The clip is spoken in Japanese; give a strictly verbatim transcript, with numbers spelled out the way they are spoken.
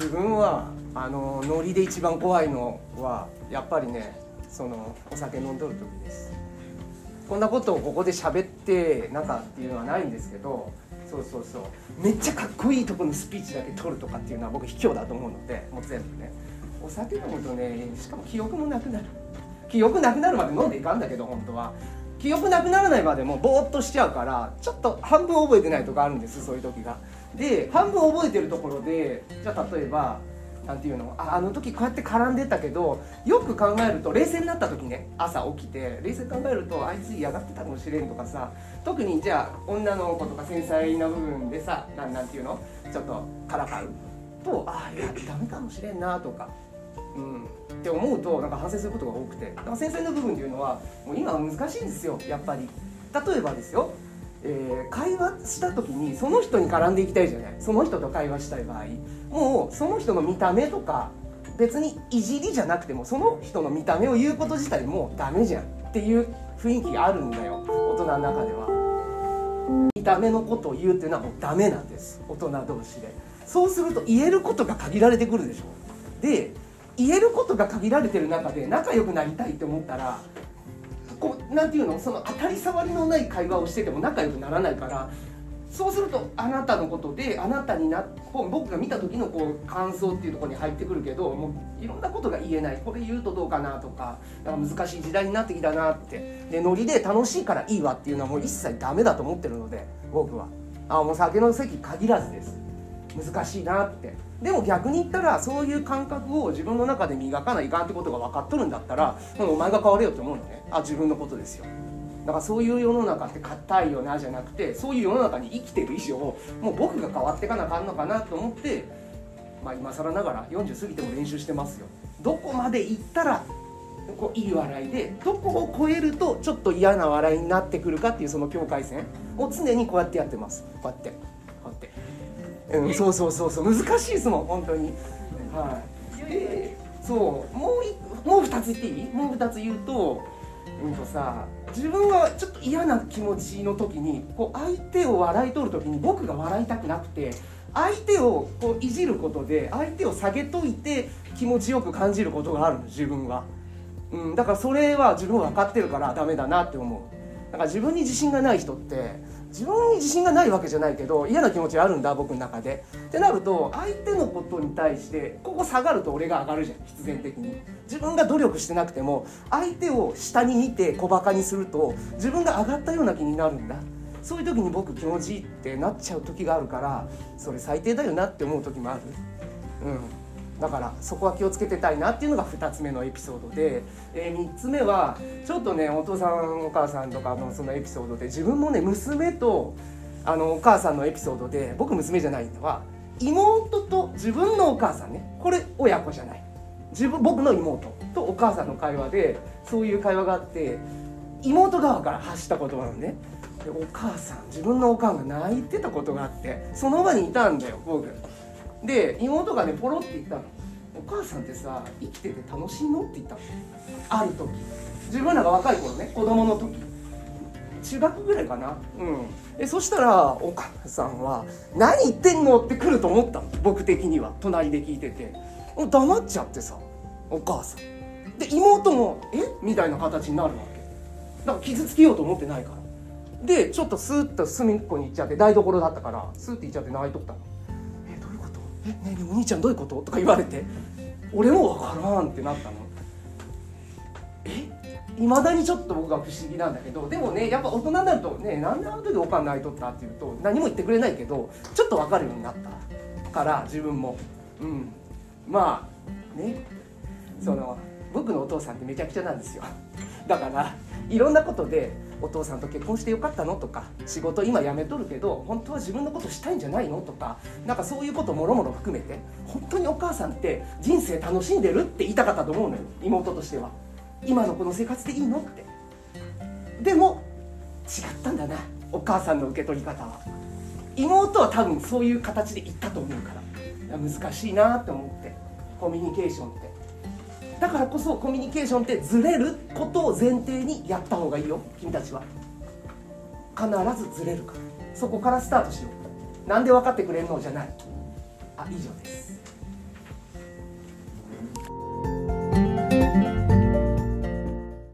自分はあのノリで一番怖いのはやっぱりね、そのお酒飲んどる時です。こんなことをここで喋ってなんかっていうのはないんですけど、そうそうそう、めっちゃかっこいいところのスピーチだけ取るとかっていうのは僕卑怯だと思うので、もう全部ね、お酒飲むとね、しかも記憶もなくなる。記憶なくなるまで飲んでいかんだけど、本当は記憶なくならないまでもぼーっとしちゃうから、ちょっと半分覚えてないとかあるんです、そういう時が。で半分覚えてるところで、じゃあ例えばなんていうの、ああの時こうやって絡んでたけど、よく考えると冷静になった時ね、朝起きて冷静に考えるとあいつ嫌がってたかもしれんとかさ、特にじゃあ女の子とか繊細な部分でさ、なんなんていうの、ちょっとからかうと、ああいやダメかもしれんなとか、うん、って思うとなんか反省することが多くて、だから繊細な部分っていうのはもう今は難しいんですよ、やっぱり。例えばですよ、えー、会話した時にその人に絡んでいきたいじゃない。その人と会話したい場合、もうその人の見た目とか別にいじりじゃなくても、その人の見た目を言うこと自体もうダメじゃんっていう雰囲気があるんだよ、大人の中では。見た目のことを言うっていうのはもうダメなんです、大人同士で。そうすると言えることが限られてくるでしょ。で言えることが限られてる中で仲良くなりたいって思ったら、こうなんていうの、その当たり障りのない会話をしてても仲良くならないから、そうするとあなたのことで、あなたにな僕が見た時のこう感想っていうところに入ってくるけど、もういろんなことが言えない、これ言うとどうかなとか、なんか難しい時代になってきたなって、でノリで楽しいからいいわっていうのはもう一切ダメだと思ってるので、僕はあもう酒の席限らずです。難しいなって。でも逆に言ったら、そういう感覚を自分の中で磨かないかんってことが分かっとるんだったら、もうお前が変われよって思うのね。あ自分のことですよ。だからそういう世の中って硬いよなじゃなくて、そういう世の中に生きてる以上、もう僕が変わっていかなあかんのかなと思って、まあ今更ながらよんじゅう過ぎても練習してますよ。どこまで行ったらこういい笑いで、どこを超えるとちょっと嫌な笑いになってくるかっていう、その境界線を常にこうやってやってます。こうやってこうやってうん、そうそうそうそう、難しいですもん本当に。はい。で、そうもうもうふたつ言っていい？もうふたつ言うと、うんとさ、自分はちょっと嫌な気持ちの時に、こう相手を笑い取る時に僕が笑いたくなくて、相手をこういじることで相手を下げといて気持ちよく感じることがあるの、自分は。うん、だからそれは自分は分かってるからダメだなって思う。だから自分に自信がない人って、自分に自信がないわけじゃないけど嫌な気持ちがあるんだ僕の中でってなると、相手のことに対してここ下がると俺が上がるじゃん、必然的に。自分が努力してなくても相手を下に見て小バカにすると自分が上がったような気になるんだ。そういう時に僕気持ちいいってなっちゃう時があるから、それ最低だよなって思う時もある。うんだからそこは気をつけてたいなっていうのがふたつめのエピソードで、えー、みっつめはちょっとね、お父さんお母さんとかのそのエピソードで、自分もね娘とあのお母さんのエピソードで、僕娘じゃないのは妹と自分のお母さんね、これ親子じゃない、自分僕の妹とお母さんの会話でそういう会話があって、妹側から発した言葉なのね。でお母さん、自分のお母さんが泣いてたことがあって、その場にいたんだよ僕で。妹がねポロって言ったの。お母さんってさ生きてて楽しいのって言ったの、ある時。自分らが若い頃ね、子供の時、中学ぐらいかな。うんでそしたらお母さんは何言ってんのって来ると思ったの、僕的には。隣で聞いてて黙っちゃってさ、お母さんで妹もえみたいな形になるわけだから、傷つけようと思ってないから。でちょっとスーッと隅っこに行っちゃって、台所だったからスーッと行っちゃって泣いとったの。えどういうこと、えねえねえお兄ちゃんどういうこととか言われて、俺もわからんってなったの。えいまだにちょっと僕は不思議なんだけど、でもねやっぱ大人になるとね、なんであの時おかん泣いとったっていうと何も言ってくれないけど、ちょっと分かるようになったから自分も。うんまあね、その僕のお父さんってめちゃくちゃなんですよ。だからいろんなことで、お父さんと結婚してよかったのとか、仕事今辞めとるけど本当は自分のことしたいんじゃないのとか、なんかそういうこともろもろ含めて、本当にお母さんって人生楽しんでるって言いたかったと思うのよ、妹としては。今のこの生活でいいのって。でも違ったんだな、お母さんの受け取り方は。妹は多分そういう形で言ったと思うから、難しいなって思って、コミュニケーションって。だからこそコミュニケーションってずれることを前提にやった方がいいよ、君たちは。必ずずれるから、そこからスタートしよう。なんで分かってくれるのじゃない。あ、以上です。